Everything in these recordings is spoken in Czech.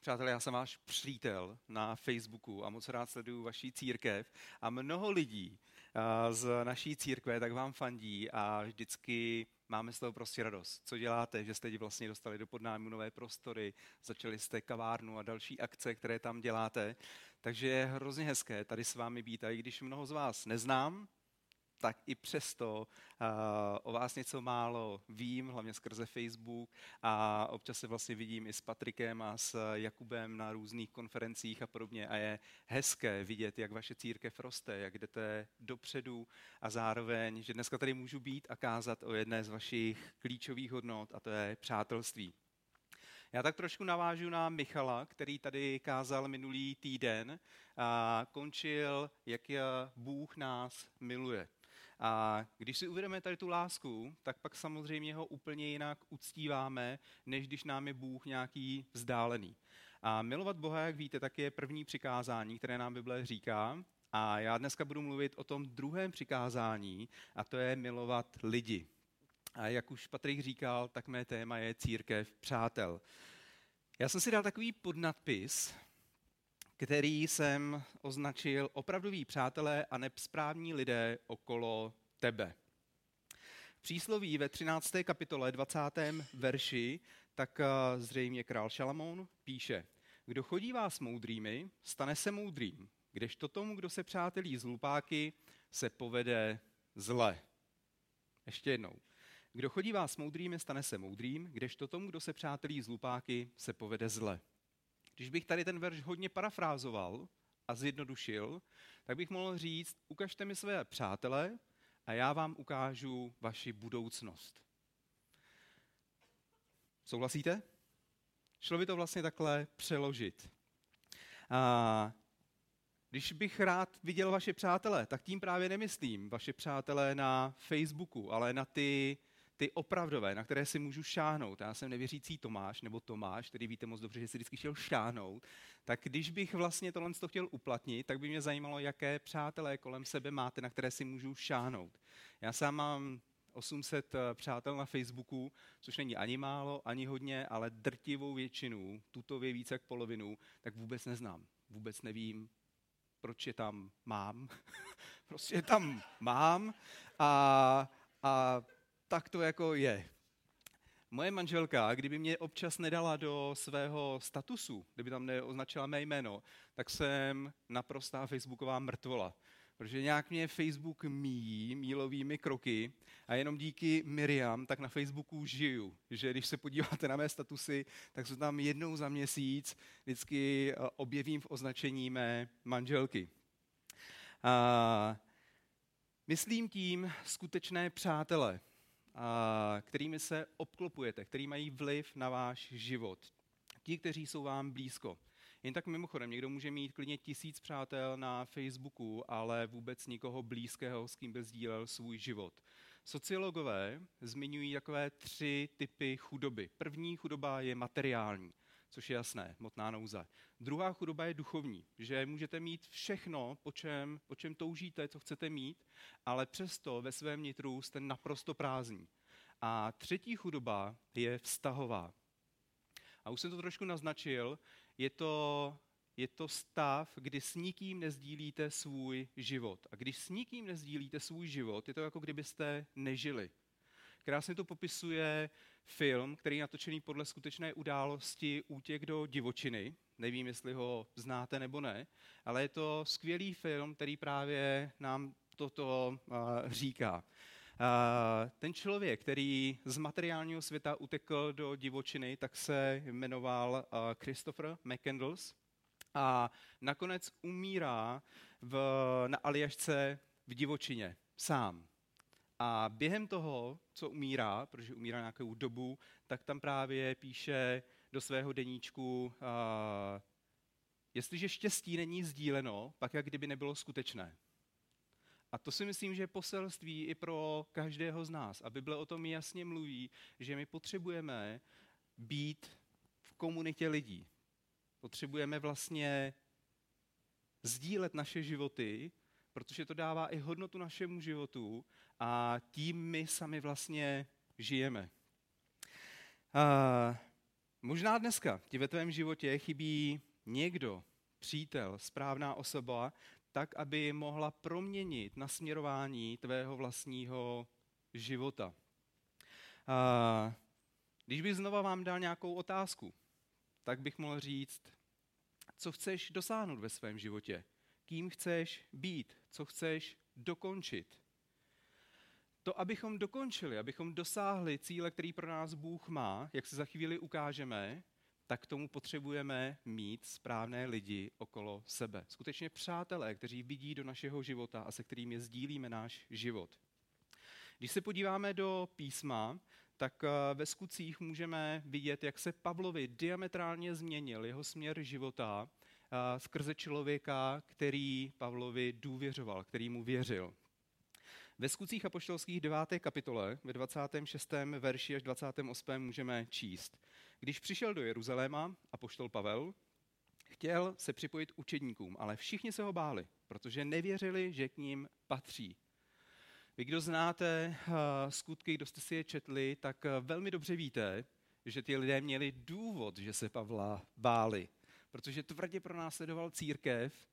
Přátelé, já jsem váš přítel na Facebooku a moc rád sleduju vaši církev a mnoho lidí z naší církve tak vám fandí a vždycky máme z toho prostě radost. Co děláte, že jste vlastně dostali do podnájmu nové prostory, začali jste kavárnu a další akce, které tam děláte, takže je hrozně hezké tady s vámi být a i když mnoho z vás neznám, tak i přesto o vás něco málo vím, hlavně skrze Facebook a občas se vlastně vidím i s Patrikem a s Jakubem na různých konferencích a podobně a je hezké vidět, jak vaše církev roste, jak jdete dopředu a zároveň, že dneska tady můžu být a kázat o jedné z vašich klíčových hodnot a to je přátelství. Já tak trošku navážu na Michala, který tady kázal minulý týden a končil, jak Bůh nás miluje. A když si uvědomíme tady tu lásku, tak pak samozřejmě ho úplně jinak uctíváme, než když nám je Bůh nějaký vzdálený. A milovat Boha, jak víte, tak je první přikázání, které nám Bible říká. A já dneska budu mluvit o tom druhém přikázání, a to je milovat lidi. A jak už Patrik říkal, tak mé téma je církev přátel. Já jsem si dal takový podnadpis, který jsem označil opravdoví přátelé a nesprávní lidé okolo tebe. V přísloví ve 13. kapitole 20. verši tak zřejmě král Šalamoun píše: Kdo chodívá s moudrými, stane se moudrým, kdežto tomu, kdo se přátelí s hlupáky, se povede zle. Ještě jednou. Kdo chodívá s moudrými, stane se moudrým, kdežto tomu, kdo se přátelí s hlupáky, se povede zle. Když bych tady ten verš hodně parafrázoval a zjednodušil, tak bych mohl říct, ukažte mi své přátele a já vám ukážu vaši budoucnost. Souhlasíte? Šlo by to vlastně takhle přeložit. A když bych rád viděl vaše přátele, tak tím právě nemyslím vaše přátele na Facebooku, ale na ty opravdové, na které si můžu šáhnout. Já jsem nevěřící Tomáš, nebo Tomáš, který víte moc dobře, že si vždycky chtěl šáhnout. Tak když bych vlastně tohle chtěl uplatnit, tak by mě zajímalo, jaké přátelé kolem sebe máte, na které si můžu šáhnout. Já sám mám 800 přátel na Facebooku, což není ani málo, ani hodně, ale drtivou většinu, tutově více jak polovinu, tak vůbec neznám. Vůbec nevím, proč je tam mám. Prostě je tam mám a tak to jako je. Moje manželka, kdyby mě občas nedala do svého statusu, kdyby tam neoznačila mé jméno, tak jsem naprostá facebooková mrtvola. Protože nějak mě Facebook míjí mílovými kroky a jenom díky Miriam tak na Facebooku žiju. Že když se podíváte na mé statusy, tak se tam jednou za měsíc vždycky objevím v označení mé manželky. Myslím tím skutečné přátele, kterými se obklopujete, který mají vliv na váš život. Ti, kteří jsou vám blízko. Jen tak mimochodem, někdo může mít klidně 1000 přátel na Facebooku, ale vůbec nikoho blízkého, s kým by sdílel svůj život. Sociologové zmiňují takové 3 typy chudoby. První chudoba je materiální, což je jasné, hmotná nouze. Druhá chudoba je duchovní, že můžete mít všechno, po čem toužíte, co chcete mít, ale přesto ve svém nitru jste naprosto prázdní. A třetí chudoba je vztahová. A už jsem to trošku naznačil, je to stav, kdy s nikým nezdílíte svůj život. A když s nikým nezdílíte svůj život, je to jako kdybyste nežili. Krásně to popisuje film, který je natočený podle skutečné události Útěk do divočiny. Nevím, jestli ho znáte nebo ne, ale je to skvělý film, který právě nám toto říká. Ten člověk, který z materiálního světa utekl do divočiny, tak se jmenoval Christopher McCandless a nakonec umírá na Aljašce v divočině sám. A během toho, co umírá, protože umírá nějakou dobu, tak tam právě píše do svého deníčku, jestliže štěstí není sdíleno, pak jak kdyby nebylo skutečné. A to si myslím, že je poselství i pro každého z nás. A Bible o tom jasně mluví, že my potřebujeme být v komunitě lidí. Potřebujeme vlastně sdílet naše životy, protože to dává i hodnotu našemu životu a tím my sami vlastně žijeme. Možná dneska ti ve tvém životě chybí někdo, přítel, správná osoba, tak, aby mohla proměnit nasměrování tvého vlastního života. A když bych znova vám dal nějakou otázku, tak bych mohl říct, co chceš dosáhnout ve svém životě, kým chceš být, co chceš dokončit. To, abychom dokončili, abychom dosáhli cíle, který pro nás Bůh má, jak se za chvíli ukážeme, tak k tomu potřebujeme mít správné lidi okolo sebe. Skutečně přátelé, kteří vidí do našeho života a se kterými sdílíme náš život. Když se podíváme do písma, tak ve Skutcích můžeme vidět, jak se Pavlovi diametrálně změnil jeho směr života skrze člověka, který Pavlovi důvěřoval, který mu věřil. Ve Skutcích apoštolských 9. kapitole, ve 26. verši až 28. můžeme číst. Když přišel do Jeruzaléma apoštol Pavel, chtěl se připojit učedníkům, ale všichni se ho báli, protože nevěřili, že k ním patří. Vy, kdo znáte skutky, kdo jste si je četli, tak velmi dobře víte, že ty lidé měli důvod, že se Pavla báli, protože tvrdě pronásledoval církev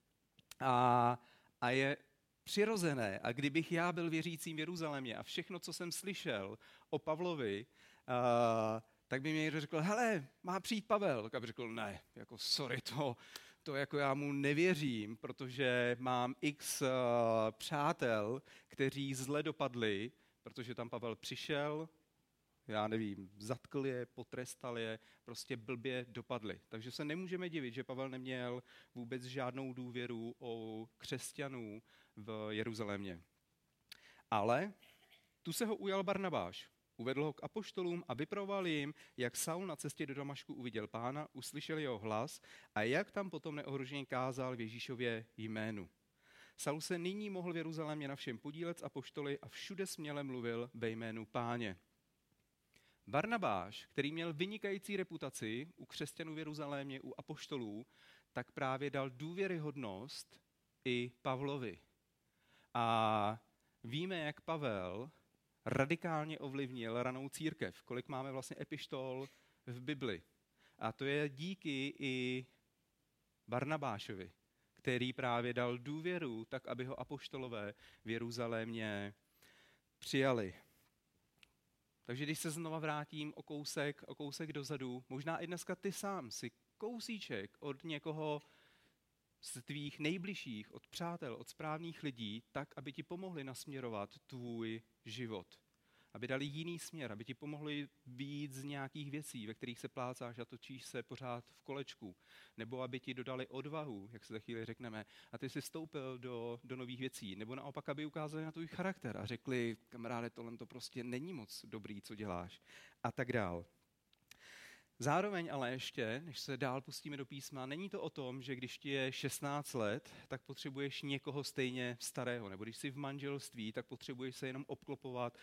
a je přirozené. A kdybych já byl věřícím v Jeruzalémě a všechno, co jsem slyšel o Pavlovi, tak by mi někdo řekl, hele, má přijít Pavel. Tak bych řekl, ne, jako sorry, to jako já mu nevěřím, protože mám x přátel, kteří zle dopadli, protože tam Pavel přišel, já nevím, zatkl je, potrestal je, prostě blbě dopadli. Takže se nemůžeme divit, že Pavel neměl vůbec žádnou důvěru o křesťanů v Jeruzalémě. Ale tu se ho ujal Barnabáš. Uvedl ho k apoštolům a vypravoval jim, jak Saul na cestě do Damašku uviděl Pána, uslyšel jeho hlas a jak tam potom neohroženě kázal v Ježíšově jménu. Saul se nyní mohl v Jeruzalémě na všem podílet s apoštoly a všude směle mluvil ve jménu Páně. Barnabáš, který měl vynikající reputaci u křesťanů v Jeruzalémě, u apoštolů, tak právě dal důvěryhodnost i Pavlovi. A víme, jak Pavel radikálně ovlivnil ranou církev. Kolik máme vlastně epištol v Bibli. A to je díky i Barnabášovi, který právě dal důvěru, tak aby ho apoštolové v Jeruzalémě přijali. Takže když se znova vrátím o kousek dozadu, možná i dneska ty sám si kousíček od někoho z tvých nejbližších, od přátel, od správných lidí, tak, aby ti pomohli nasměrovat tvůj život. Aby dali jiný směr, aby ti pomohli vyjít z nějakých věcí, ve kterých se plácáš a točíš se pořád v kolečku. Nebo aby ti dodali odvahu, jak se za chvíli řekneme, a ty jsi vstoupil do nových věcí. Nebo naopak, aby ukázali na tvůj charakter a řekli, kamaráde, tohle to prostě není moc dobrý, co děláš. A tak dál. Zároveň ale ještě, než se dál pustíme do písma, není to o tom, že když ti je 16 let, tak potřebuješ někoho stejně starého. Nebo když jsi v manželství, tak potřebuješ se jenom obklopovat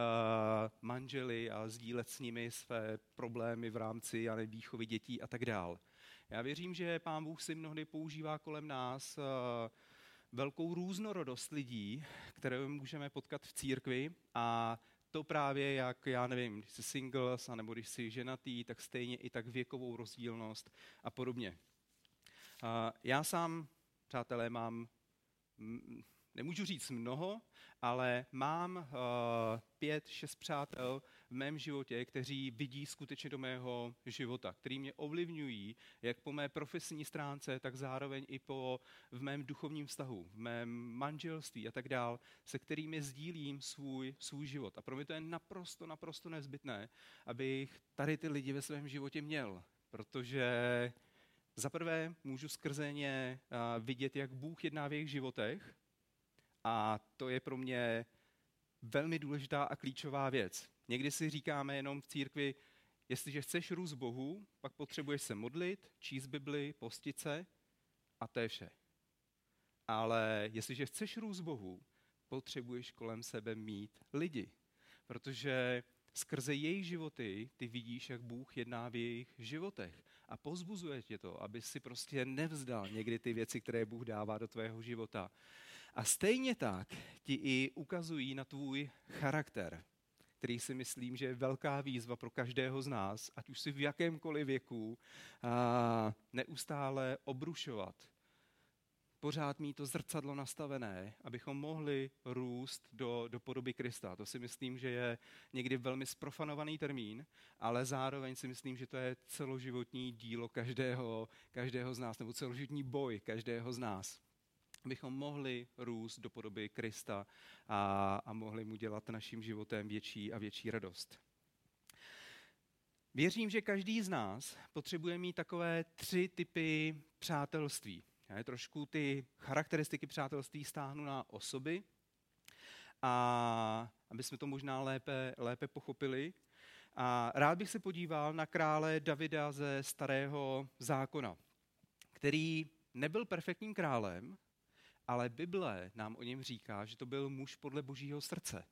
manželi a sdílet s nimi své problémy v rámci výchovy dětí a tak dál. Já věřím, že Pán Bůh si mnohdy používá kolem nás velkou různorodost lidí, které můžeme potkat v církvi a to právě jak, já nevím, když jsi singles, anebo když jsi ženatý, tak stejně i tak věkovou rozdílnost a podobně. Já sám, přátelé, mám, nemůžu říct mnoho, ale mám 5-6 přátel v mém životě, kteří vidí skutečně do mého života, kteří mě ovlivňují jak po mé profesní stránce, tak zároveň i v mém duchovním vztahu, v mém manželství a tak dál, se kterými sdílím svůj život. A pro mě to je naprosto nezbytné, abych tady ty lidi ve svém životě měl, protože za prvé můžu skrze ně vidět, jak Bůh jedná v jejich životech, a to je pro mě velmi důležitá a klíčová věc. Někdy si říkáme jenom v církvi, jestliže chceš růst Bohu, pak potřebuješ se modlit, číst Bibli, postit se a to je vše. Ale jestliže chceš růst Bohu, potřebuješ kolem sebe mít lidi, protože skrze jejich životy ty vidíš, jak Bůh jedná v jejich životech a povzbuzuje tě to, aby si prostě nevzdal někdy ty věci, které Bůh dává do tvého života. A stejně tak ti i ukazují na tvůj charakter. který si myslím, že je velká výzva pro každého z nás, ať už si v jakémkoliv věku, neustále obrušovat. Pořád mít to zrcadlo nastavené, abychom mohli růst do podoby Krista. To si myslím, že je někdy velmi sprofanovaný termín, ale zároveň si myslím, že to je celoživotní dílo každého z nás, nebo celoživotní boj každého z nás. Abychom mohli růst do podoby Krista a mohli mu dělat naším životem větší a větší radost. Věřím, že každý z nás potřebuje mít takové 3 typy přátelství. Já trošku ty charakteristiky přátelství stáhnu na osoby, a aby jsme to možná lépe pochopili. A rád bych se podíval na krále Davida ze Starého zákona, který nebyl perfektním králem, ale Bible nám o něm říká, že to byl muž podle Božího srdce.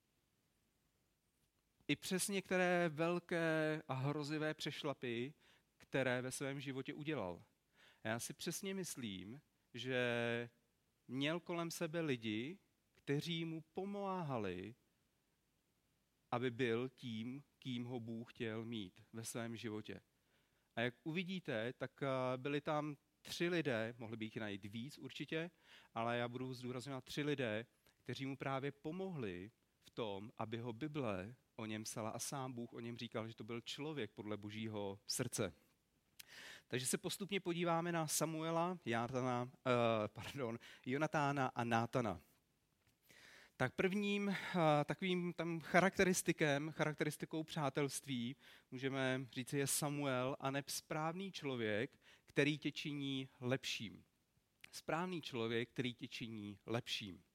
I přes některé velké a hrozivé přešlapy, které ve svém životě udělal. Já si přesně myslím, že měl kolem sebe lidi, kteří mu pomáhali, aby byl tím, kým ho Bůh chtěl mít ve svém životě. A jak uvidíte, tak byli tam 3 lidé, mohli by jich najít víc určitě, ale já budu zdůrazňovat 3 lidé, kteří mu právě pomohli v tom, aby ho Bible o něm psala a sám Bůh o něm říkal, že to byl člověk podle Božího srdce. Takže se postupně podíváme na Samuela, Jonatána a Nátana. Tak prvním takovým tam charakteristikou přátelství, můžeme říct, je Samuel, aneb správný člověk, který tě činí lepším. Správný člověk, který tě činí lepším.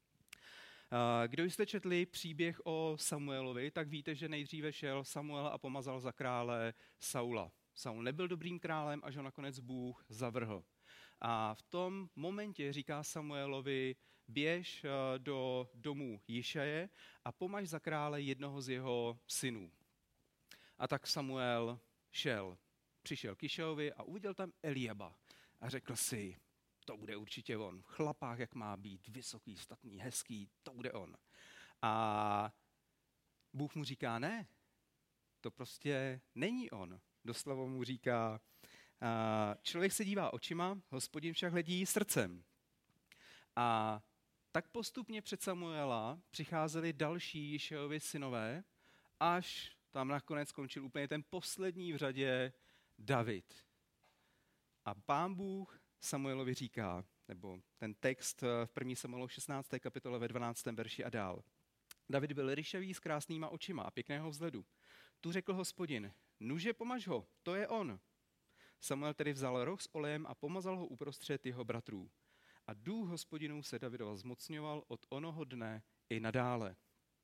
Kdo jste četli příběh o Samuelovi, tak víte, že nejdříve šel Samuel a pomazal za krále Saula. Saul nebyl dobrým králem, až ho nakonec Bůh zavrhl. A v tom momentě říká Samuelovi, běž do domu Jišaje a pomaž za krále jednoho z jeho synů. A tak Samuel přišel k Jišajovi a uviděl tam Eliaba a řekl si, to bude určitě on. Chlapák, jak má být, vysoký, statný, hezký, to bude on. A Bůh mu říká, ne, to prostě není on. Doslova mu říká, člověk se dívá očima, Hospodin však hledí srdcem. A tak postupně před Samuela přicházeli další Jišajovi synové, až tam nakonec skončil úplně ten poslední v řadě David. A Pán Bůh Samuelovi říká, nebo ten text v 1. Samuelu 16. kapitole ve 12. verši a dál. David byl ryšavý s krásnýma očima a pěkného vzhledu. Tu řekl Hospodin, nuže pomaž ho, to je on. Samuel tedy vzal roh s olejem a pomazal ho uprostřed jeho bratrů. A duch Hospodinů se Davidova zmocňoval od onoho dne i nadále.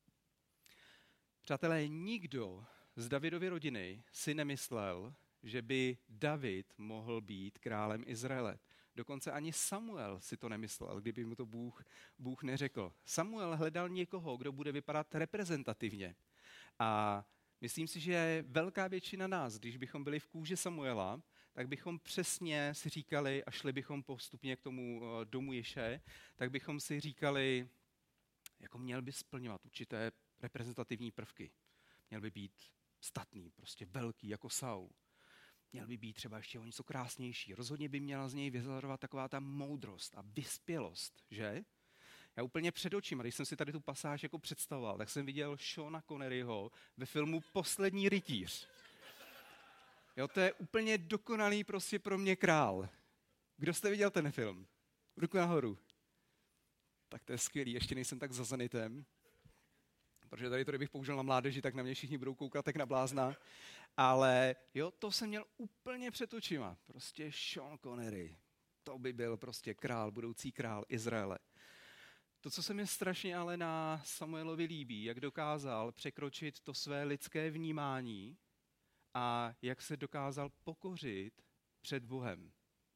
Přátelé, nikdo z Davidovy rodiny si nemyslel, že by David mohl být králem Izraele. Dokonce ani Samuel si to nemyslel, kdyby mu to Bůh neřekl. Samuel hledal někoho, kdo bude vypadat reprezentativně. A myslím si, že velká většina nás, když bychom byli v kůži Samuela, tak bychom přesně si říkali a šli bychom postupně k tomu domu Jiše, tak bychom si říkali, jako měl by splňovat určité reprezentativní prvky. Měl by být statný, prostě velký jako Saul. Měl by být třeba ještě o něco krásnější. Rozhodně by měla z něj vyzorovat taková ta moudrost a vyspělost, že? Já úplně před očima, když jsem si tady tu pasáž jako představoval, tak jsem viděl Seana Conneryho ve filmu Poslední rytíř. Jo, to je úplně dokonalý prostě pro mě král. Kdo jste viděl ten film? Ruku nahoru. Tak to je skvělý, ještě nejsem tak za zenitem. Protože tady to, kdybych použil na mládeži, tak na mě všichni budou koukat tak na blázna. Ale jo, to jsem měl úplně před očima. Prostě Sean Connery. To by byl prostě král, budoucí král Izraele. To, co se mi strašně ale na Samuelovi líbí, jak dokázal překročit to své lidské vnímání a jak se dokázal pokořit před Bohem.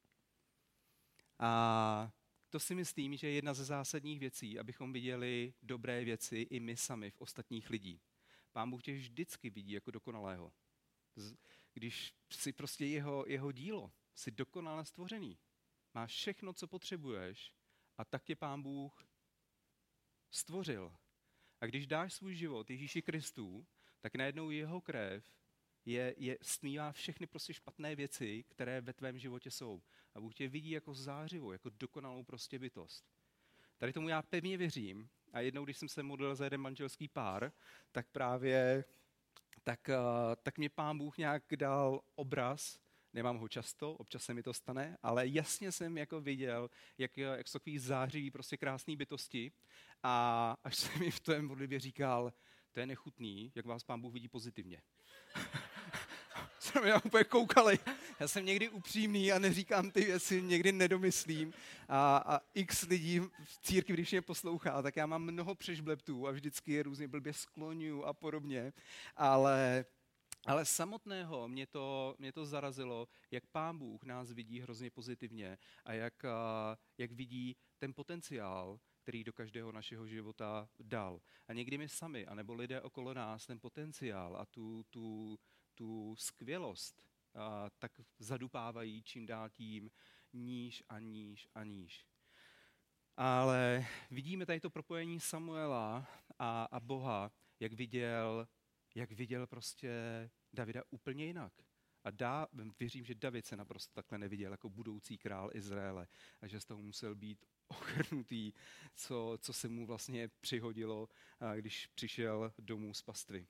A to si myslím, že je jedna ze zásadních věcí, abychom viděli dobré věci i my sami v ostatních lidí. Pán Bůh tě vždycky vidí jako dokonalého. Když si prostě jeho dílo, jsi dokonale stvořený. Máš všechno, co potřebuješ a tak tě Pán Bůh stvořil. A A když dáš svůj život Ježíši Kristu, tak najednou jeho krev smívá všechny prostě špatné věci, které ve tvém životě jsou. A Bůh tě vidí jako zářivou, jako dokonalou prostě bytost. Tady tomu já pevně věřím. A jednou, když jsem se modlil za jeden manželský pár, tak právě tak mě Pán Bůh nějak dal obraz. Nemám ho často, občas se mi to stane, ale jasně jsem jako viděl, jak jsou takový zářivý, prostě krásný bytosti. A až jsem mi v té modlitbě říkal, to je nechutný, jak vás Pán Bůh vidí pozitivně. Jsem já úplně koukali. Já jsem někdy upřímný a neříkám ty věci, někdy nedomyslím. A x lidí v církvi, když mě poslouchá, tak já mám mnoho přežbleptů a vždycky je různě blbě skloňuju a podobně. Ale samotného mě to zarazilo, jak Pán Bůh nás vidí hrozně pozitivně a jak vidí ten potenciál, který do každého našeho života dal. A někdy my sami, anebo lidé okolo nás, ten potenciál a tu skvělost tak zadupávají čím dál tím níž a níž a níž. Ale vidíme tady to propojení Samuela a Boha, jak viděl prostě Davida úplně jinak. A věřím, že David se naprosto takhle neviděl jako budoucí král Izraele a že z toho musel být ochrnutý, co se mu vlastně přihodilo, když přišel domů z pastvy.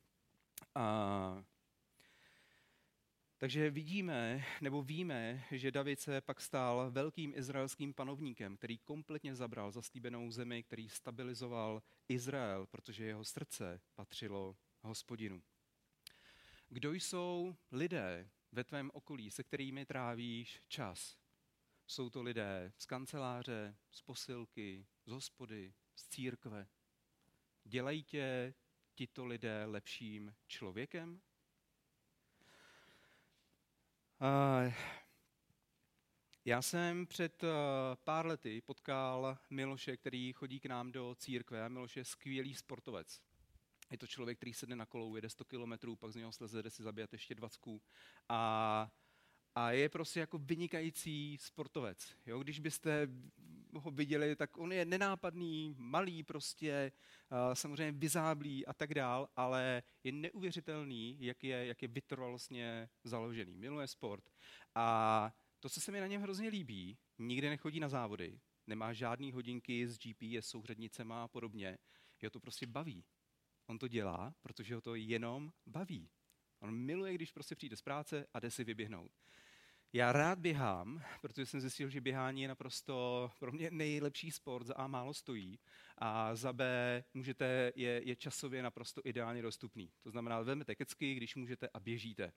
Takže víme, že David se pak stal velkým izraelským panovníkem, který kompletně zabral zaslíbenou zemi, který stabilizoval Izrael, protože jeho srdce patřilo Hospodinu. Kdo jsou lidé ve tvém okolí, se kterými trávíš čas? Jsou to lidé z kanceláře, z posilky, z hospody, z církve? Dělají tě tito lidé lepším člověkem? Já jsem před pár lety potkal Miloše, který chodí k nám do církve. A Miloš je skvělý sportovec. Je to člověk, který sedne na kolou, jede 100 kilometrů, pak z něho sleze, jde si zabíjet ještě 20. A je prostě jako vynikající sportovec. Jo, když byste ho viděli, tak on je nenápadný, malý prostě, samozřejmě vyzáblý a tak dál, ale je neuvěřitelný, jak je vytrvalostně založený. Miluje sport. A to, co se mi na něm hrozně líbí, nikdy nechodí na závody, nemá žádný hodinky s GPS souřadnicema a podobně. Jo, to prostě baví. On to dělá, protože ho to jenom baví. On miluje, když prostě přijde z práce a jde si vyběhnout. Já rád běhám, protože jsem zjistil, že běhání je naprosto pro mě nejlepší sport, za A málo stojí a za B je časově naprosto ideálně dostupný. To znamená, vezmete kecky, když můžete a běžíte.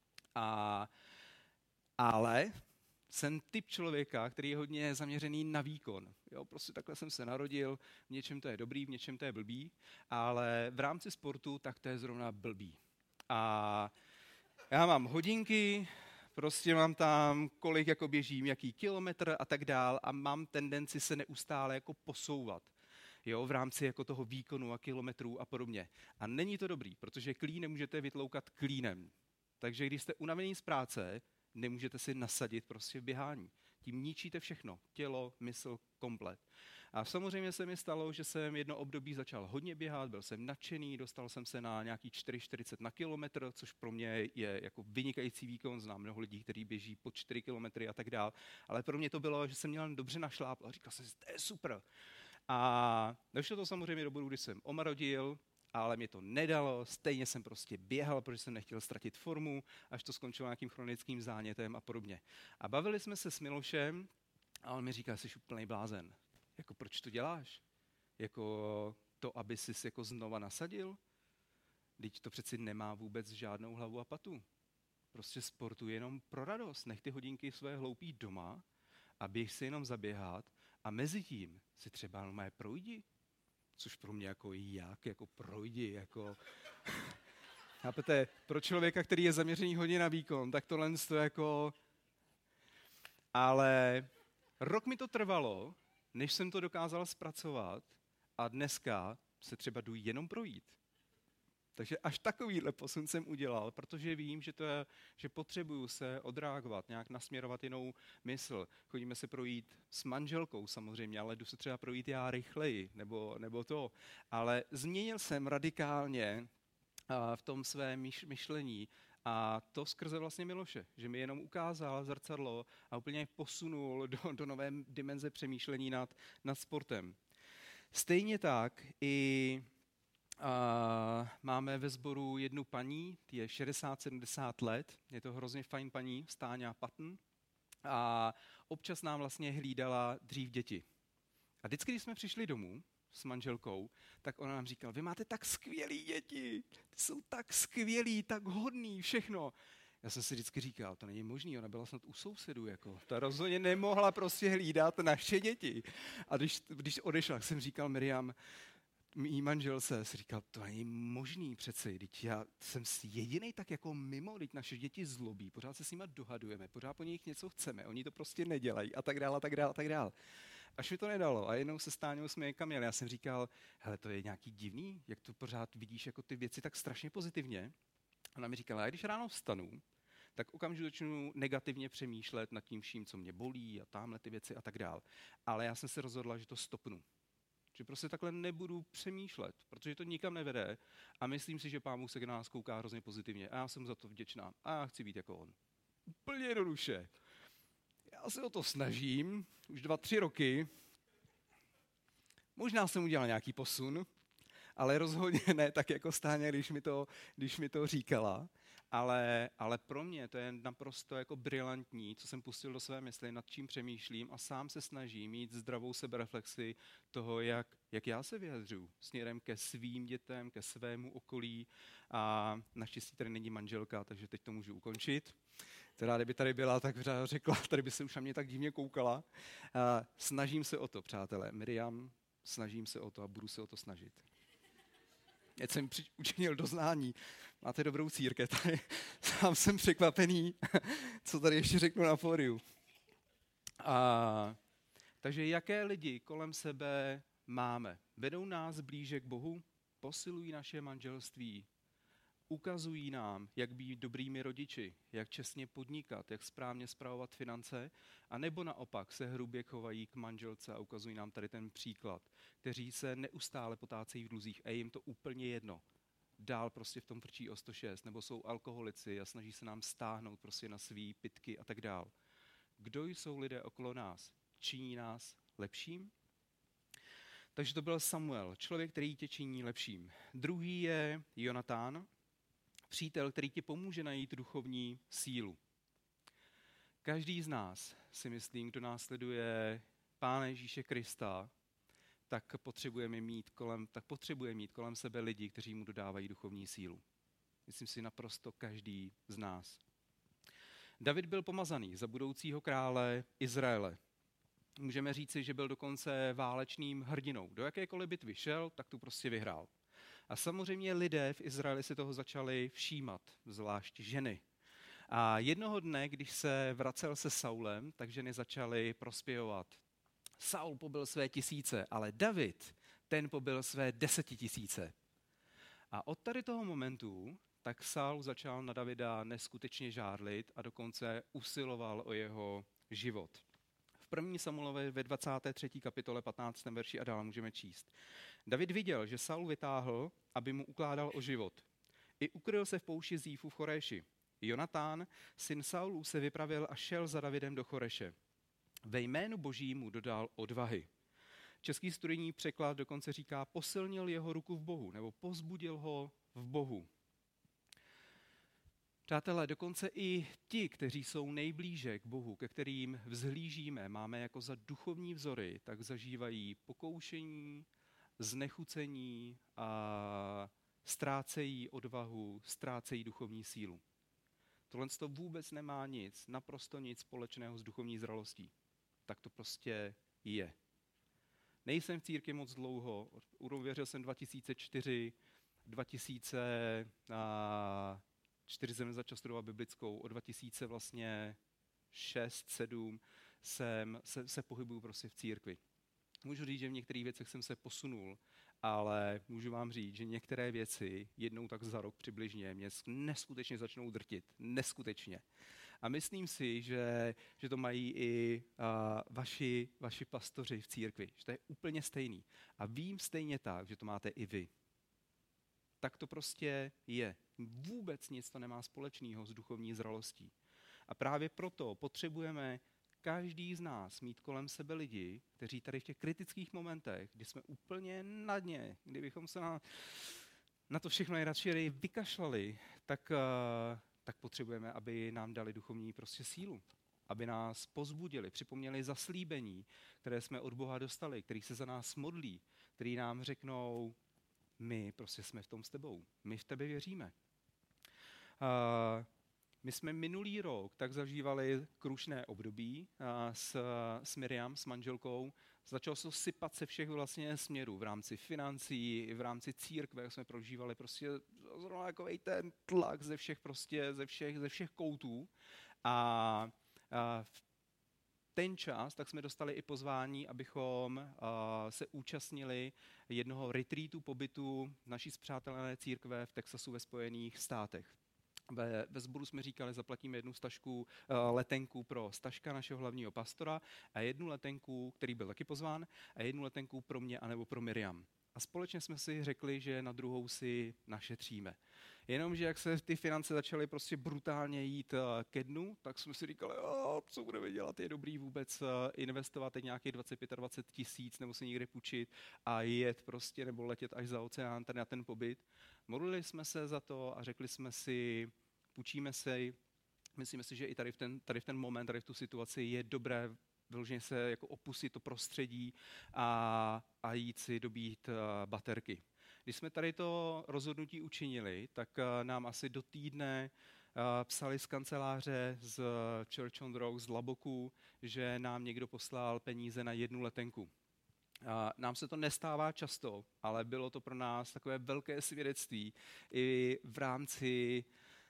Ale jsem typ člověka, který je hodně zaměřený na výkon. Jo, prostě takhle jsem se narodil, v něčem to je dobrý, v něčem to je blbý, ale v rámci sportu tak to je zrovna blbý. A já mám hodinky, prostě mám tam, kolik jako běžím, jaký kilometr a tak dál a mám tendenci se neustále jako posouvat. Jo, v rámci jako toho výkonu a kilometrů a podobně. A není to dobrý, protože klín nemůžete vytloukat klínem. Takže když jste unavený z práce, nemůžete si nasadit prostě v běhání. Tím ničíte všechno. Tělo, mysl, komplet. A samozřejmě se mi stalo, že jsem jedno období začal hodně běhat, byl jsem nadšený, dostal jsem se na nějaký 4,40 na kilometr, což pro mě je jako vynikající výkon. Znám mnoho lidí, kteří běží po 4 kilometry a tak dál. Ale pro mě to bylo, že jsem měl dobře našlápl a říkal jsem si, to je super. A došlo to samozřejmě do bodu, kdy jsem omarodil, ale mě to nedalo, stejně jsem prostě běhal, protože jsem nechtěl ztratit formu, až to skončilo nějakým chronickým zánětem a podobně. A bavili jsme se s Milošem a on mi říká, jsi úplnej blázen. Jako proč to děláš? Jako to, aby jsi jako znova nasadil? Vždyť to přeci nemá vůbec žádnou hlavu a patu. Prostě sportuj jenom pro radost. Nech ty hodinky své hloupý doma a běž si jenom zaběhat a mezi tím si třeba normálně projdi. Což pro mě jako projdi, jako... Chápete, pro člověka, který je zaměřený hodně na výkon, tak tohle to jako... Ale rok mi to trvalo, než jsem to dokázal zpracovat a dneska se třeba jdu jenom projít. Takže až takovýhle posun jsem udělal, protože vím, že potřebuju se odreagovat, nějak nasměrovat jinou mysl. Chodíme se projít s manželkou samozřejmě, ale jdu se třeba projít já rychleji, nebo to. Ale změnil jsem radikálně v tom svém myšlení a to skrze vlastně Miloše, že mi jenom ukázal zrcadlo a úplně posunul do nové dimenze přemýšlení nad sportem. Stejně tak i máme ve sboru jednu paní, je 60-70 let, je to hrozně fajn paní, Stáňa Patton, a občas nám vlastně hlídala dřív děti. A vždycky, když jsme přišli domů s manželkou, tak ona nám říkala, vy máte tak skvělý děti, ty jsou tak skvělí, tak hodný, všechno. Já jsem si vždycky říkal, to není možný, ona byla snad u sousedů, jako. Ta rozhodně nemohla prostě hlídat naše děti. A když odešla, jsem říkal Miriam, mý manželce, si říkal, to není možný přece, teď já jsem jedinej tak jako mimo, teď naše děti zlobí, pořád se s nima dohadujeme, pořád po nich něco chceme, oni to prostě nedělají a tak dále, a tak dále, a tak dále. Až mi to nedalo a jednou se Stáňou jsme někam jeli, já jsem říkal, hele, to je nějaký divný, jak to pořád vidíš jako ty věci tak strašně pozitivně. Ona mi říkala, já když ráno vstanu, tak okamžitě začnu negativně přemýšlet nad tím vším, co mě bolí a tamhle ty věci a tak dále. Ale já jsem se rozhodla, že to stopnu. Že prostě takhle nebudu přemýšlet, protože to nikam nevede a myslím si, že Pán Bůh se k nás kouká hrozně pozitivně a já jsem za to vděčná a já chci být jako on. Úplně jednoduše. Já se o to snažím už 2-3 roky. Možná jsem udělal nějaký posun, ale rozhodně ne tak jako Stáňa, když mi to říkala. Ale pro mě to je naprosto jako brilantní, co jsem pustil do své mysli, nad čím přemýšlím a sám se snažím mít zdravou sebereflexi toho, jak já se vyjadřuju směrem ke svým dětem, ke svému okolí a naštěstí tady není manželka, takže teď to můžu ukončit. Teda kdyby tady byla, tak řekla, tady by se už na mě tak divně koukala. Snažím se o to, přátelé. Miriam, snažím se o to a budu se o to snažit. Teď jsem učinil doznání. Máte dobrou církev. Tady sám jsem překvapený, co tady ještě řeknu na pódiu. Takže jaké lidi kolem sebe máme? Vedou nás blíže k Bohu? Posilují naše manželství? Ukazují nám, jak být dobrými rodiči, jak čestně podnikat, jak správně spravovat finance, a nebo naopak se hrubě chovají k manželce a ukazují nám tady ten příklad, kteří se neustále potácejí v dluzích a je jim to úplně jedno. Dál prostě v tom frčí o 106, nebo jsou alkoholici a snaží se nám stáhnout prostě na svý pitky a tak dál. Kdo jsou lidé okolo nás? Činí nás lepším? Takže to byl Samuel, člověk, který tě činí lepším. Druhý je Jonatán, přítel, který ti pomůže najít duchovní sílu. Každý z nás, si myslím, kdo následuje Pána Ježíše Krista, tak potřebuje mít kolem sebe lidi, kteří mu dodávají duchovní sílu. Myslím si naprosto každý z nás. David byl pomazaný za budoucího krále Izraele. Můžeme říci, že byl dokonce válečným hrdinou. Do jakékoliv bitvy šel, tak tu prostě vyhrál. A samozřejmě lidé v Izraeli si toho začali všímat, zvlášť ženy. A jednoho dne, když se vracel se Saulem, tak ženy začaly prospěvovat. Saul pobyl své 1000, ale David, ten pobyl své 10 000. A od tady toho momentu, tak Saul začal na Davida neskutečně žárlit a dokonce usiloval o jeho život. V 1. Samuelovi ve 23. kapitole 15. verši a dál můžeme číst. David viděl, že Saul vytáhl, aby mu ukládal o život. I ukryl se v poušti Zífu v Choréši. Jonatán, syn Saulů, se vypravil a šel za Davidem do Choreše. Ve jménu Boží mu dodal odvahy. Český studijní překlad dokonce říká, posilnil jeho ruku v Bohu, nebo povzbudil ho v Bohu. Přátelé, dokonce i ti, kteří jsou nejblíže k Bohu, ke kterým vzhlížíme, máme jako za duchovní vzory, tak zažívají pokoušení, znechucení a ztrácejí odvahu, ztrácejí duchovní sílu. Tohle to vůbec nemá nic, naprosto nic společného s duchovní zralostí. Tak to prostě je. Nejsem v církvi moc dlouho, uvěřil jsem 2004, 2004 jsem začal studovat biblickou, od 2000 vlastně 6-7 se pohybuju prostě v církvi. Můžu říct, že v některých věcech jsem se posunul, ale můžu vám říct, že některé věci jednou tak za rok přibližně mě neskutečně začnou drtit. Neskutečně. A myslím si, že to mají i vaši pastoři v církvi, že to je úplně stejný. A vím stejně tak, že to máte i vy. Tak to prostě je. Vůbec nic to nemá společného s duchovní zralostí. A právě proto potřebujeme každý z nás mít kolem sebe lidi, kteří tady v těch kritických momentech, kdy jsme úplně na dně, kdybychom se na to všechno nejradši vykašlali, tak potřebujeme, aby nám dali duchovní prostě sílu. Aby nás pozbudili, připomněli zaslíbení, které jsme od Boha dostali, který se za nás modlí, který nám řeknou, my prostě jsme v tom s tebou, my v tebe věříme. My jsme minulý rok tak zažívali krušné období s Miriam, s manželkou. Začalo se sypat se všech vlastně směrů. V rámci financí, i v rámci církve, jak jsme prožívali prostě zrovna takovej ten tlak ze všech koutů. A v ten čas tak jsme dostali i pozvání, abychom se účastnili jednoho retreatu, pobytu naší spřátelené církve v Texasu ve Spojených státech. Ve sboru jsme říkali, zaplatíme jednu letenku pro Staška, našeho hlavního pastora, a jednu letenku, který byl taky pozván, a jednu letenku pro mě anebo pro Miriam. A společně jsme si řekli, že na druhou si našetříme. Jenomže jak se ty finance začaly prostě brutálně jít ke dnu, tak jsme si říkali, co budeme dělat, je dobrý vůbec investovat teď nějakých 25-20 tisíc nebo si někde půjčit a jet prostě nebo letět až za oceán tady na ten pobyt. Modlili jsme se za to a řekli jsme si, půjčíme si, myslíme si, že i tady v ten moment, tady v tu situaci je dobré vyloženě se jako opustit to prostředí a jít si dobít baterky. Když jsme tady to rozhodnutí učinili, tak nám asi do týdne psali z kanceláře z Church on the Rock, z Laboku, že nám někdo poslal peníze na jednu letenku. Nám se to nestává často, ale bylo to pro nás takové velké svědectví i v rámci,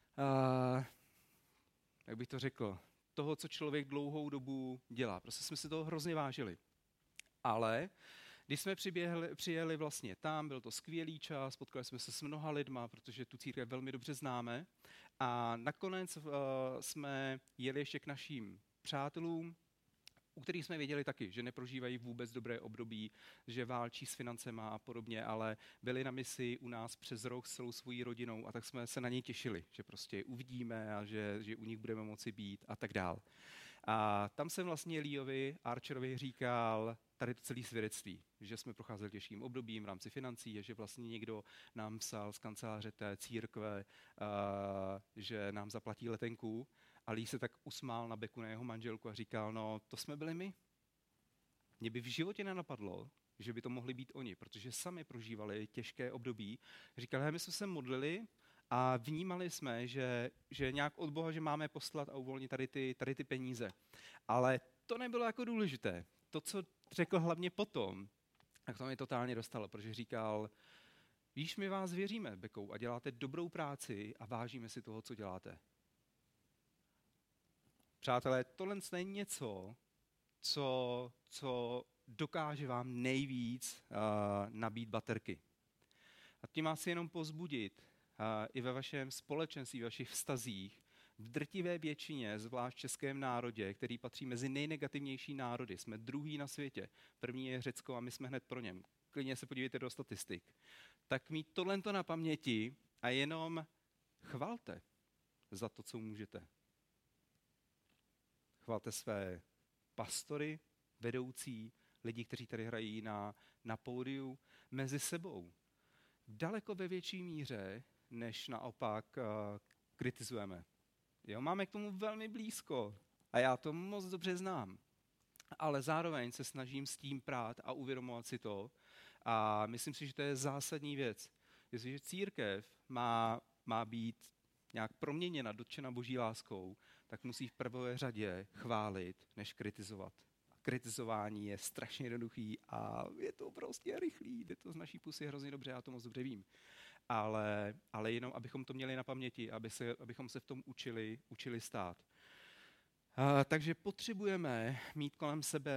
jak bych to řekl, toho, co člověk dlouhou dobu dělá. Prostě jsme si toho hrozně vážili. Ale když jsme přijeli vlastně tam, byl to skvělý čas, potkali jsme se s mnoha lidma, protože tu církev velmi dobře známe. A nakonec jsme jeli ještě k našim přátelům, u kterých jsme věděli taky, že neprožívají vůbec dobré období, že válčí s financema a podobně, ale byli na misi u nás přes rok s celou svojí rodinou a tak jsme se na ně těšili, že prostě uvidíme a že u nich budeme moci být a tak dál. A tam jsem vlastně Leovi Archerovi říkal tady to celé svědectví, že jsme procházeli těžkým obdobím v rámci financí a že vlastně někdo nám psal z kanceláře té církve, že nám zaplatí letenku. A Lee se tak usmál na beku na jeho manželku a říkal, no to jsme byli my. Mě by v životě nenapadlo, že by to mohli být oni, protože sami prožívali těžké období. Říkali, my jsme se modlili a vnímali jsme, že nějak od Boha, že máme poslat a uvolnit tady ty peníze. Ale to nebylo jako důležité. To, co řekl hlavně potom, tak to mě totálně dostalo, protože říkal, víš, my vás věříme, Bekou, a děláte dobrou práci a vážíme si toho, co děláte. Přátelé, tohle je něco, co dokáže vám nejvíc nabít baterky. A tím vás jenom povzbudit i ve vašem společenství, ve vašich vztazích, v drtivé většině, zvlášť v českém národě, který patří mezi nejnegativnější národy. Jsme druhý na světě. První je Řecko a my jsme hned pro něm. Klidně se podívejte do statistik. Tak mít tohleto na paměti a jenom chvalte za to, co můžete. Chvalte své pastory, vedoucí, lidi, kteří tady hrají na pódiu, mezi sebou. Daleko ve větší míře, než naopak kritizujeme. Jo, máme k tomu velmi blízko a já to moc dobře znám. Ale zároveň se snažím s tím prát a uvědomovat si to a myslím si, že to je zásadní věc. Jestliže církev má být nějak proměněna, dotčena Boží láskou, tak musí v prvé řadě chválit, než kritizovat. Kritizování je strašně jednoduchý a je to prostě rychlý, jde to z naší pusy hrozně dobře, já to moc dobře vím. Ale jenom, abychom to měli na paměti, abychom se v tom učili stát. Takže potřebujeme mít kolem sebe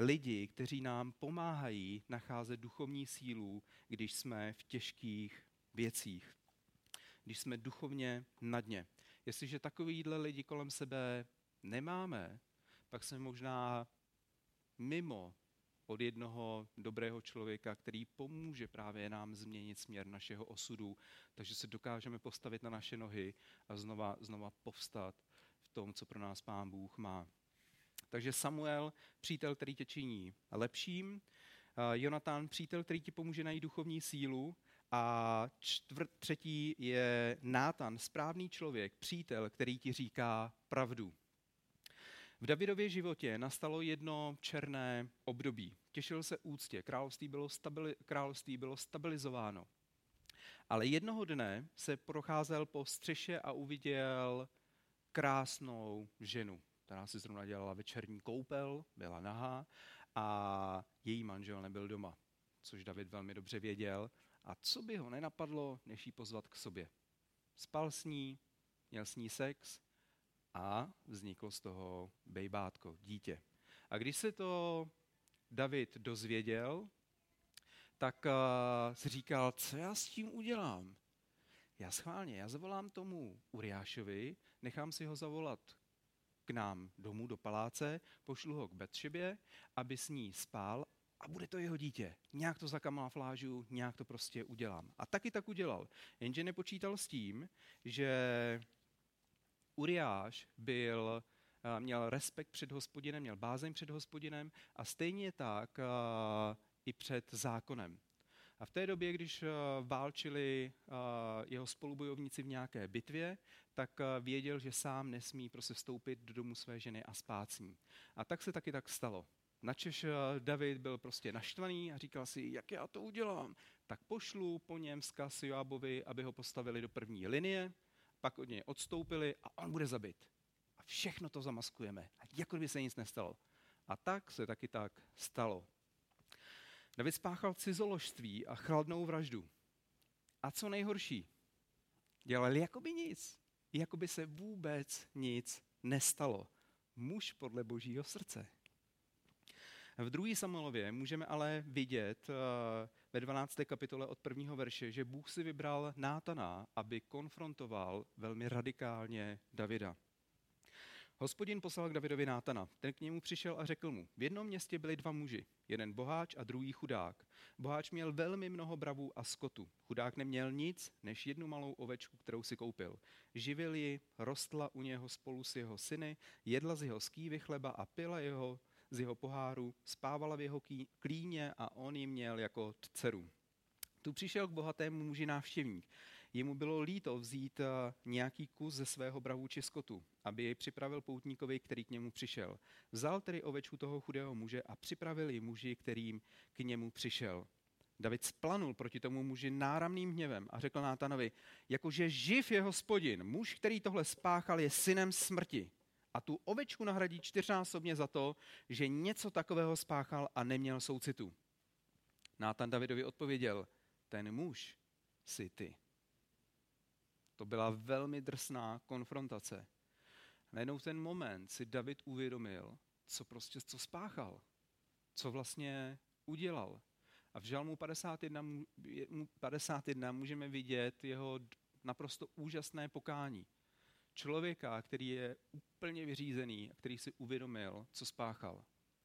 lidi, kteří nám pomáhají nacházet duchovní sílu, když jsme v těžkých věcích, když jsme duchovně na dně. Jestliže takovýhle lidi kolem sebe nemáme, pak jsme možná mimo od jednoho dobrého člověka, který pomůže právě nám změnit směr našeho osudu, takže se dokážeme postavit na naše nohy a znova povstat v tom, co pro nás Pán Bůh má. Takže Samuel, přítel, který tě činí lepším, Jonatan, přítel, který ti pomůže najít duchovní sílu, a třetí je Nátan, správný člověk, přítel, který ti říká pravdu. V Davidově životě nastalo jedno černé období. Těšil se úctě, království bylo stabilizováno. Ale jednoho dne se procházel po střeše a uviděl krásnou ženu, která si zrovna dělala večerní koupel, byla nahá a její manžel nebyl doma, což David velmi dobře věděl. A co by ho nenapadlo, než ji pozvat k sobě. Spal s ní, měl s ní sex a vzniklo z toho bejbátko, dítě. A když se to David dozvěděl, tak si říkal, co já s tím udělám? Já zavolám tomu Uriášovi, nechám si ho zavolat k nám domů do paláce, pošlu ho k Betšebě, aby s ní spál a bude to jeho dítě. Nějak to zakamuflážu, nějak to prostě udělám. A taky tak udělal. Jenže nepočítal s tím, že Uriáš měl respekt před Hospodinem, měl bázeň před Hospodinem a stejně tak i před zákonem. A v té době, když válčili jeho spolubojovníci v nějaké bitvě, tak věděl, že sám nesmí prostě vstoupit do domu své ženy a spát s ní. A tak se taky tak stalo. Načež David byl prostě naštvaný a říkal si, jak já to udělám. Tak pošlu po něm vzkaz Joábovi, aby ho postavili do první linie, pak od něj odstoupili a on bude zabit. A všechno to zamaskujeme, jako by se nic nestalo. A tak se taky tak stalo. David spáchal cizoložství a chladnou vraždu. A co nejhorší, dělali jakoby nic. Jakoby se vůbec nic nestalo. Muž podle Božího srdce. V 2. Samuelově můžeme ale vidět ve 12. kapitole od 1. verše, že Bůh si vybral Nátana, aby konfrontoval velmi radikálně Davida. Hospodin poslal k Davidovi Nátana. Ten k němu přišel a řekl mu, v jednom městě byli 2 muži, jeden boháč a druhý chudák. Boháč měl velmi mnoho bravů a skotu. Chudák neměl nic, než jednu malou ovečku, kterou si koupil. Živil ji, rostla u něho spolu s jeho syny, jedla z jeho skývy chleba a pila z jeho poháru, spávala v jeho klíně a on ji měl jako dceru. Tu přišel k bohatému muži návštěvník. Jemu bylo líto vzít nějaký kus ze svého bravu či skotu, aby jej připravil poutníkovi, který k němu přišel. Vzal tedy ovečku toho chudého muže a připravil ji muži, kterým k němu přišel. David splanul proti tomu muži náramným hněvem a řekl Nátanovi, jakože živ je Hospodin, muž, který tohle spáchal, je synem smrti. A tu ovečku nahradí 4násobně za to, že něco takového spáchal a neměl soucitu. Nátan Davidovi odpověděl, ten muž jsi ty. To byla velmi drsná konfrontace. Najednou v ten moment si David uvědomil, co spáchal, co vlastně udělal. A v Žalmu 51 můžeme vidět jeho naprosto úžasné pokání. Člověka, který je úplně vyřízený a který si uvědomil, co spáchal.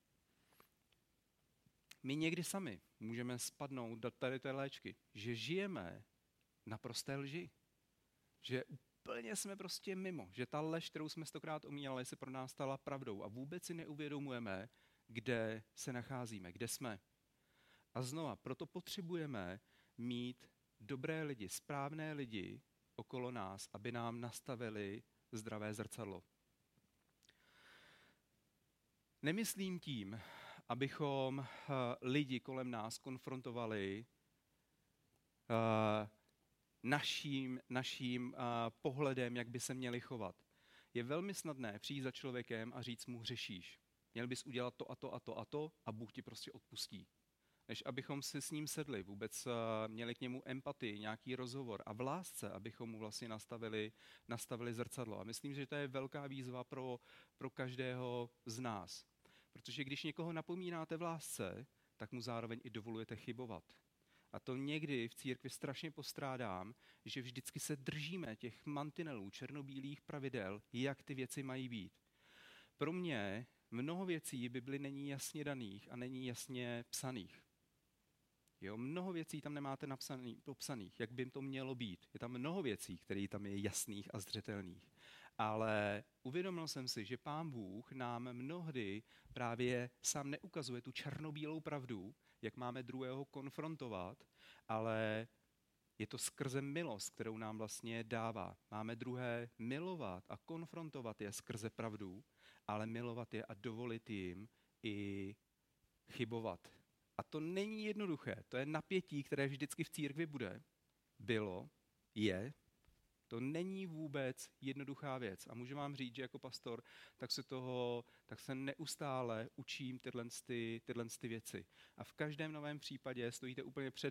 My někdy sami můžeme spadnout do tady té léčky, že žijeme na prosté lži. Že úplně jsme prostě mimo, že ta lež, kterou jsme 100krát omílali, se pro nás stala pravdou a vůbec si neuvědomujeme, kde se nacházíme, kde jsme. A znova, proto potřebujeme mít dobré lidi, správné lidi okolo nás, aby nám nastavili zdravé zrcadlo. Nemyslím tím, abychom lidi kolem nás konfrontovali naším pohledem, jak by se měli chovat. Je velmi snadné přijít za člověkem a říct mu hřešíš. Měl bys udělat to a to a to a to a Bůh ti prostě odpustí. Než abychom si s ním sedli, vůbec měli k němu empatii, nějaký rozhovor a v lásce, abychom mu vlastně nastavili zrcadlo. A myslím, že to je velká výzva pro každého z nás. Protože když někoho napomínáte v lásce, tak mu zároveň i dovolujete chybovat. A to někdy v církvi strašně postrádám, že vždycky se držíme těch mantinelů, černobílých pravidel, jak ty věci mají být. Pro mě mnoho věcí v Bibli není jasně daných a není jasně psaných. Jo, mnoho věcí tam nemáte popsaných, jak by to mělo být. Je tam mnoho věcí, které tam je jasných a zřetelných. Ale uvědomil jsem si, že Pán Bůh nám mnohdy právě sám neukazuje tu černobílou pravdu, jak máme druhého konfrontovat, ale je to skrze milost, kterou nám vlastně dává. Máme druhé milovat a konfrontovat je skrze pravdu, ale milovat je a dovolit jim i chybovat. A to není jednoduché. To je napětí, které vždycky v církvi bylo, je. To není vůbec jednoduchá věc. A můžu vám říct, že jako pastor, tak se neustále učím tyhle věci. A v každém novém případě stojíte úplně před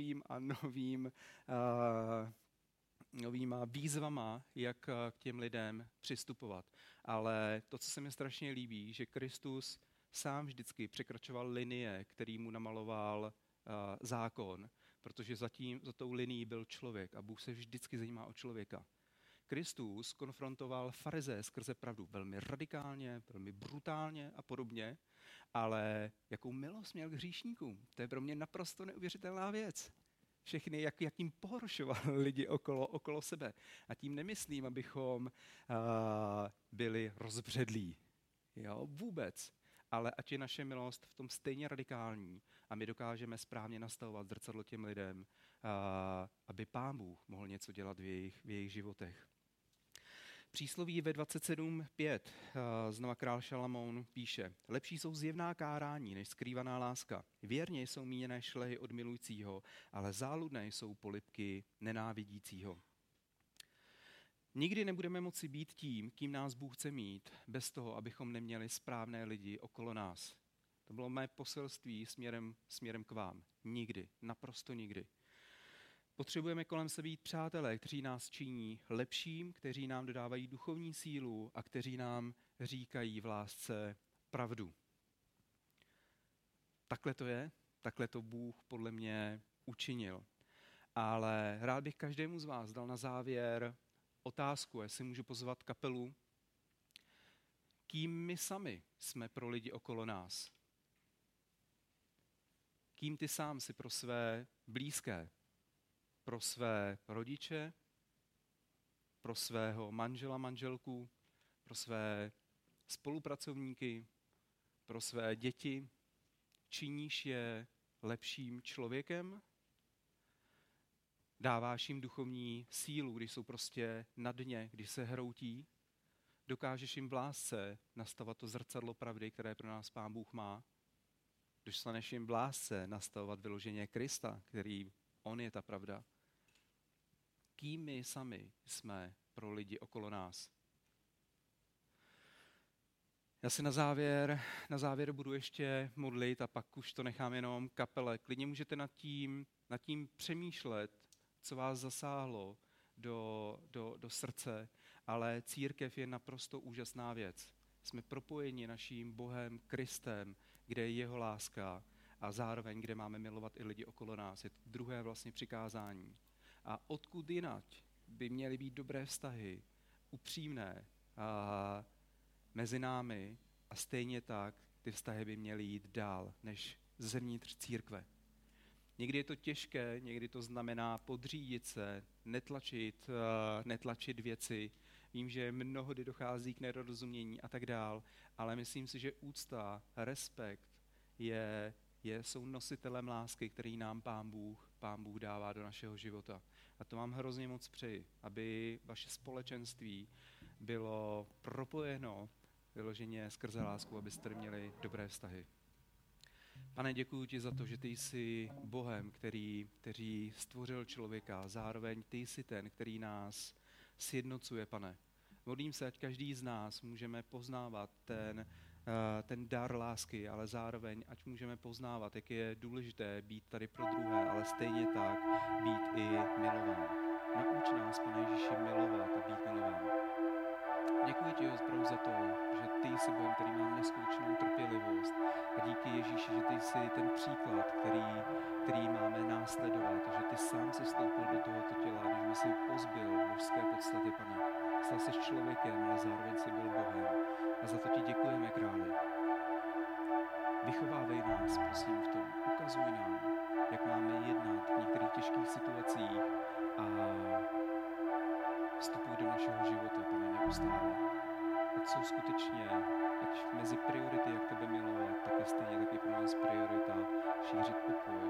novýma výzvama, jak k těm lidem přistupovat. Ale to, co se mi strašně líbí, že Kristus sám vždycky překračoval linie, který mu namaloval zákon, protože za tou linií byl člověk a Bůh se vždycky zajímá o člověka. Kristus konfrontoval farizeje skrze pravdu velmi radikálně, velmi brutálně a podobně, ale jakou milost měl k hříšníkům. To je pro mě naprosto neuvěřitelná věc. Všechny, jak jim pohoršoval lidi okolo sebe. A tím nemyslím, abychom byli rozbředlí. Jo, vůbec. Ale ať je naše milost v tom stejně radikální a my dokážeme správně nastavovat zrcadlo těm lidem, aby Pán Bůh mohl něco dělat v jejich životech. Přísloví ve 27.5 znova král Šalamoun píše: lepší jsou zjevná kárání než skrývaná láska. Věrně jsou míněné šlehy od milujícího, ale záludné jsou polibky nenávidícího. Nikdy nebudeme moci být tím, kým nás Bůh chce mít, bez toho, abychom neměli správné lidi okolo nás. To bylo mé poselství směrem k vám. Nikdy, naprosto nikdy. Potřebujeme kolem sebe být přátelé, kteří nás činí lepším, kteří nám dodávají duchovní sílu a kteří nám říkají v lásce pravdu. Takhle to je, takhle to Bůh podle mě učinil. Ale rád bych každému z vás dal na závěr otázku, jestli můžu pozvat kapelu. Kým my sami jsme pro lidi okolo nás? Kým ty sám jsi pro své blízké? Pro své rodiče? Pro svého manžela, manželku? Pro své spolupracovníky? Pro své děti? Činíš je lepším člověkem? Dáváš jim duchovní sílu, když jsou prostě na dně, když se hroutí? Dokážeš jim v lásce nastavovat to zrcadlo pravdy, které pro nás Pán Bůh má? Dostaneš jim v lásce nastavovat vyloženě Krista, který on je ta pravda? Kým my sami jsme pro lidi okolo nás? Já se na závěr budu ještě modlit a pak už to nechám jenom kapele. Klidně můžete nad tím přemýšlet, co vás zasáhlo do srdce, ale církev je naprosto úžasná věc. Jsme propojeni naším Bohem Kristem, kde je jeho láska a zároveň, kde máme milovat i lidi okolo nás. Je to druhé vlastně přikázání. A odkud jinak by měly být dobré vztahy, upřímné mezi námi a stejně tak ty vztahy by měly jít dál, než zevnitř církve. Někdy je to těžké, někdy to znamená podřídit se, netlačit věci. Vím, že mnohdy dochází k nedorozumění a tak dál, ale myslím si, že úcta, respekt jsou nositelem lásky, který nám Pán Bůh dává do našeho života. A to vám hrozně moc přeji, aby vaše společenství bylo propojeno vyloženě skrze lásku, abyste měli dobré vztahy. Pane, děkuji ti za to, že ty jsi Bohem, který stvořil člověka, zároveň ty jsi ten, který nás sjednocuje, Pane. Modlím se, ať každý z nás můžeme poznávat ten dar lásky, ale zároveň ať můžeme poznávat, jak je důležité být tady pro druhé, ale stejně tak být i milován. Nauč nás, Pane Ježíši, milovat a být milován. Děkuji ti opravdu za to, že ty jsi Bohem, který má neskutečnou trpělivost Ježíši, že ty jsi ten příklad, který máme následovat, a že ty sám se vstoupil do tohoto těla, když by si pozbyl božské podstaty, Pane. Stal jsi člověkem, ale zároveň jsi byl Bohem. A za to ti děkujeme, Králi. Vychovávej nás, prosím, v tom. Ukazuj nám, jak máme jednat v některých těžkých situacích a vstupuj do našeho života, Pane, neustále. Ať jsou skutečně, ať mezi priority, jak tebe milovat, tak je stejně taky pro nás priorita šířit pokoj